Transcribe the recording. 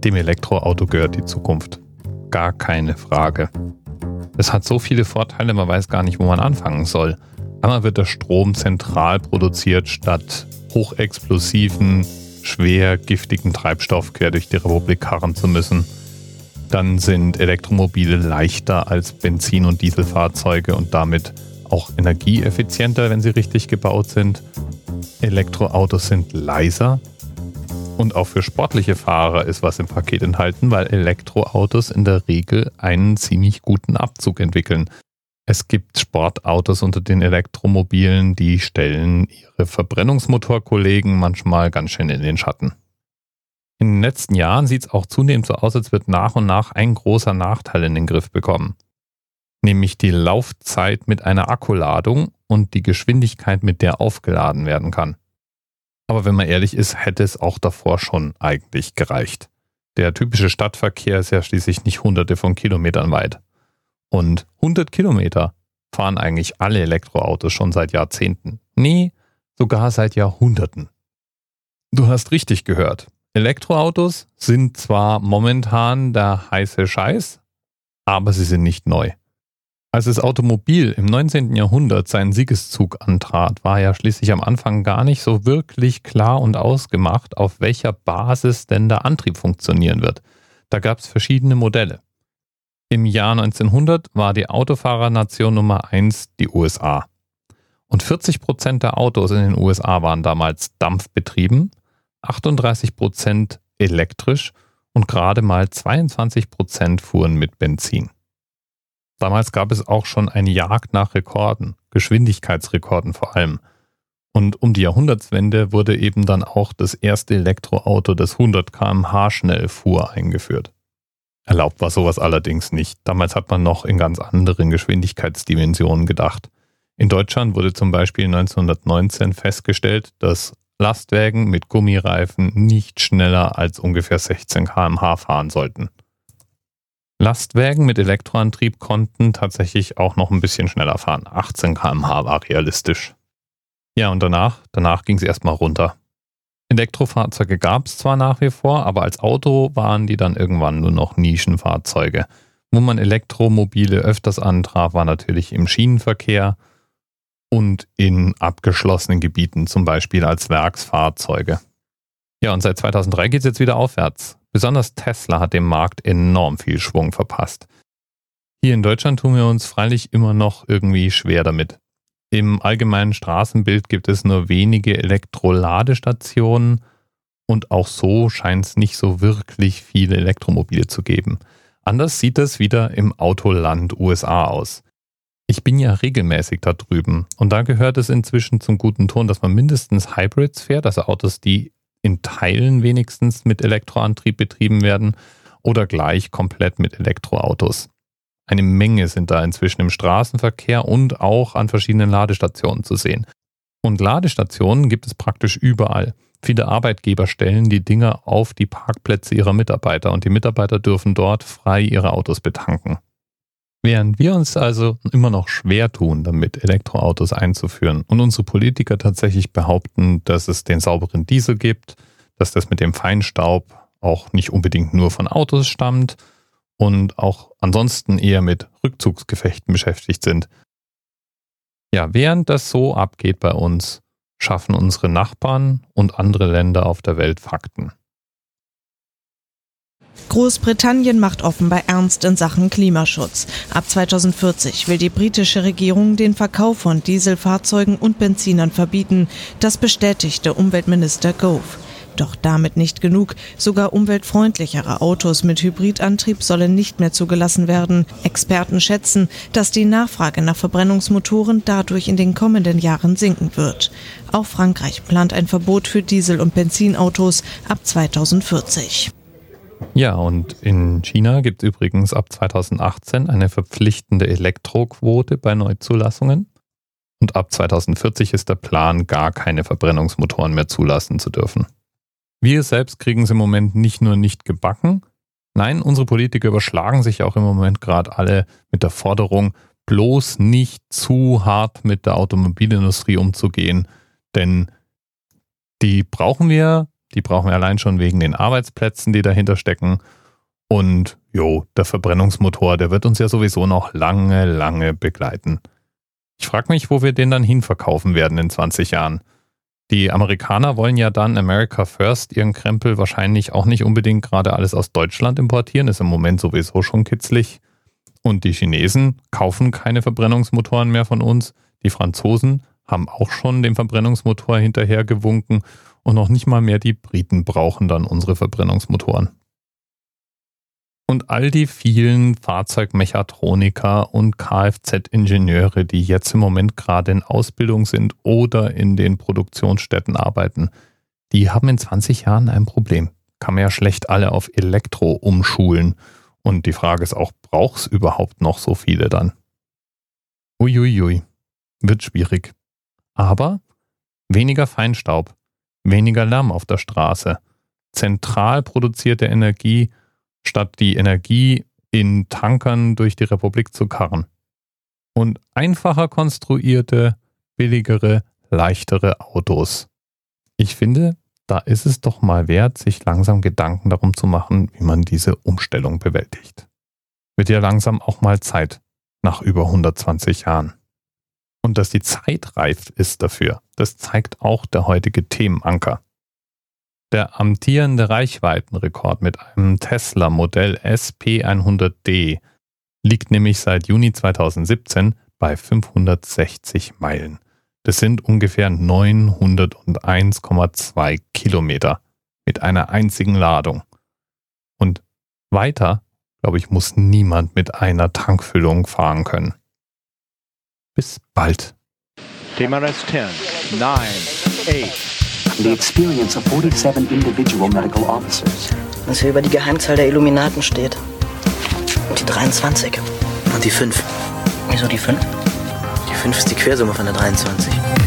Dem Elektroauto gehört die Zukunft. Gar keine Frage. Es hat so viele Vorteile, man weiß gar nicht, wo man anfangen soll. Einmal wird der Strom zentral produziert, statt hochexplosiven, schwer giftigen Treibstoff quer durch die Republik karren zu müssen. Dann sind Elektromobile leichter als Benzin- und Dieselfahrzeuge und damit auch energieeffizienter, wenn sie richtig gebaut sind. Elektroautos sind leiser. Und auch für sportliche Fahrer ist was im Paket enthalten, weil Elektroautos in der Regel einen ziemlich guten Abzug entwickeln. Es gibt Sportautos unter den Elektromobilen, die stellen ihre Verbrennungsmotorkollegen manchmal ganz schön in den Schatten. In den letzten Jahren sieht es auch zunehmend so aus, als wird nach und nach ein großer Nachteil in den Griff bekommen. Nämlich die Laufzeit mit einer Akkuladung und die Geschwindigkeit, mit der aufgeladen werden kann. Aber wenn man ehrlich ist, hätte es auch davor schon eigentlich gereicht. Der typische Stadtverkehr ist ja schließlich nicht hunderte von Kilometern weit. Und 100 Kilometer fahren eigentlich alle Elektroautos schon seit Jahrzehnten. Nee, sogar seit Jahrhunderten. Du hast richtig gehört. Elektroautos sind zwar momentan der heiße Scheiß, aber sie sind nicht neu. Als das Automobil im 19. Jahrhundert seinen Siegeszug antrat, war ja schließlich am Anfang gar nicht so wirklich klar und ausgemacht, auf welcher Basis denn der Antrieb funktionieren wird. Da gab es verschiedene Modelle. Im Jahr 1900 war die Autofahrernation Nummer 1 die USA. Und 40% der Autos in den USA waren damals dampfbetrieben, 38% elektrisch und gerade mal 22% fuhren mit Benzin. Damals gab es auch schon eine Jagd nach Rekorden, Geschwindigkeitsrekorden vor allem. Und um die Jahrhundertswende wurde eben dann auch das erste Elektroauto, das 100 km/h schnell fuhr, eingeführt. Erlaubt war sowas allerdings nicht. Damals hat man noch in ganz anderen Geschwindigkeitsdimensionen gedacht. In Deutschland wurde zum Beispiel 1919 festgestellt, dass Lastwagen mit Gummireifen nicht schneller als ungefähr 16 km/h fahren sollten. Lastwagen mit Elektroantrieb konnten tatsächlich auch noch ein bisschen schneller fahren. 18 km/h war realistisch. Ja, und danach ging es erstmal runter. Elektrofahrzeuge gab es zwar nach wie vor, aber als Auto waren die dann irgendwann nur noch Nischenfahrzeuge. Wo man Elektromobile öfters antraf, war natürlich im Schienenverkehr und in abgeschlossenen Gebieten, zum Beispiel als Werksfahrzeuge. Ja, und seit 2003 geht es jetzt wieder aufwärts. Besonders Tesla hat dem Markt enorm viel Schwung verpasst. Hier in Deutschland tun wir uns freilich immer noch irgendwie schwer damit. Im allgemeinen Straßenbild gibt es nur wenige Elektroladestationen und auch so scheint es nicht so wirklich viele Elektromobile zu geben. Anders sieht es wieder im Autoland USA aus. Ich bin ja regelmäßig da drüben und da gehört es inzwischen zum guten Ton, dass man mindestens Hybrids fährt, also Autos, die in Teilen wenigstens mit Elektroantrieb betrieben werden oder gleich komplett mit Elektroautos. Eine Menge sind da inzwischen im Straßenverkehr und auch an verschiedenen Ladestationen zu sehen. Und Ladestationen gibt es praktisch überall. Viele Arbeitgeber stellen die Dinger auf die Parkplätze ihrer Mitarbeiter und die Mitarbeiter dürfen dort frei ihre Autos betanken. Während wir uns also immer noch schwer tun, damit Elektroautos einzuführen und unsere Politiker tatsächlich behaupten, dass es den sauberen Diesel gibt, dass das mit dem Feinstaub auch nicht unbedingt nur von Autos stammt und auch ansonsten eher mit Rückzugsgefechten beschäftigt sind. Ja, während das so abgeht bei uns, schaffen unsere Nachbarn und andere Länder auf der Welt Fakten. Großbritannien macht offenbar ernst in Sachen Klimaschutz. Ab 2040 will die britische Regierung den Verkauf von Dieselfahrzeugen und Benzinern verbieten. Das bestätigte Umweltminister Gove. Doch damit nicht genug. Sogar umweltfreundlichere Autos mit Hybridantrieb sollen nicht mehr zugelassen werden. Experten schätzen, dass die Nachfrage nach Verbrennungsmotoren dadurch in den kommenden Jahren sinken wird. Auch Frankreich plant ein Verbot für Diesel- und Benzinautos ab 2040. Ja, und in China gibt es übrigens ab 2018 eine verpflichtende Elektroquote bei Neuzulassungen. Und ab 2040 ist der Plan, gar keine Verbrennungsmotoren mehr zulassen zu dürfen. Wir selbst kriegen es im Moment nicht nur nicht gebacken, nein, unsere Politiker überschlagen sich auch im Moment gerade alle mit der Forderung, bloß nicht zu hart mit der Automobilindustrie umzugehen, denn die brauchen wir, Die brauchen wir allein schon wegen den Arbeitsplätzen, die dahinter stecken. Und der Verbrennungsmotor, der wird uns ja sowieso noch lange, lange begleiten. Ich frage mich, wo wir den dann hinverkaufen werden in 20 Jahren. Die Amerikaner wollen ja dann America First ihren Krempel wahrscheinlich auch nicht unbedingt gerade alles aus Deutschland importieren, ist im Moment sowieso schon kitzlig. Und die Chinesen kaufen keine Verbrennungsmotoren mehr von uns. Die Franzosen haben auch schon dem Verbrennungsmotor hinterhergewunken und noch nicht mal mehr die Briten brauchen dann unsere Verbrennungsmotoren. Und all die vielen Fahrzeugmechatroniker und Kfz-Ingenieure, die jetzt im Moment gerade in Ausbildung sind oder in den Produktionsstätten arbeiten, die haben in 20 Jahren ein Problem. Kann man ja schlecht alle auf Elektro umschulen. Und die Frage ist auch, braucht es überhaupt noch so viele dann? Uiuiui, wird schwierig. Aber weniger Feinstaub, weniger Lärm auf der Straße, zentral produzierte Energie, statt die Energie in Tankern durch die Republik zu karren. Und einfacher konstruierte, billigere, leichtere Autos. Ich finde, da ist es doch mal wert, sich langsam Gedanken darum zu machen, wie man diese Umstellung bewältigt. Wird ja langsam auch mal Zeit, nach über 120 Jahren. Und dass die Zeit reif ist dafür, das zeigt auch der heutige Themenanker. Der amtierende Reichweitenrekord mit einem Tesla Modell SP100D liegt nämlich seit Juni 2017 bei 560 Meilen. Das sind ungefähr 901,2 Kilometer mit einer einzigen Ladung. Und weiter, glaube ich, muss niemand mit einer Tankfüllung fahren können. Bis bald. TMRS 10, 9, 8. The experience of 47 individual medical officers. Was hier über die Geheimzahl der Illuminaten steht. Und die 23. Und die 5. Wieso die 5? Die 5 ist die Quersumme von der 23.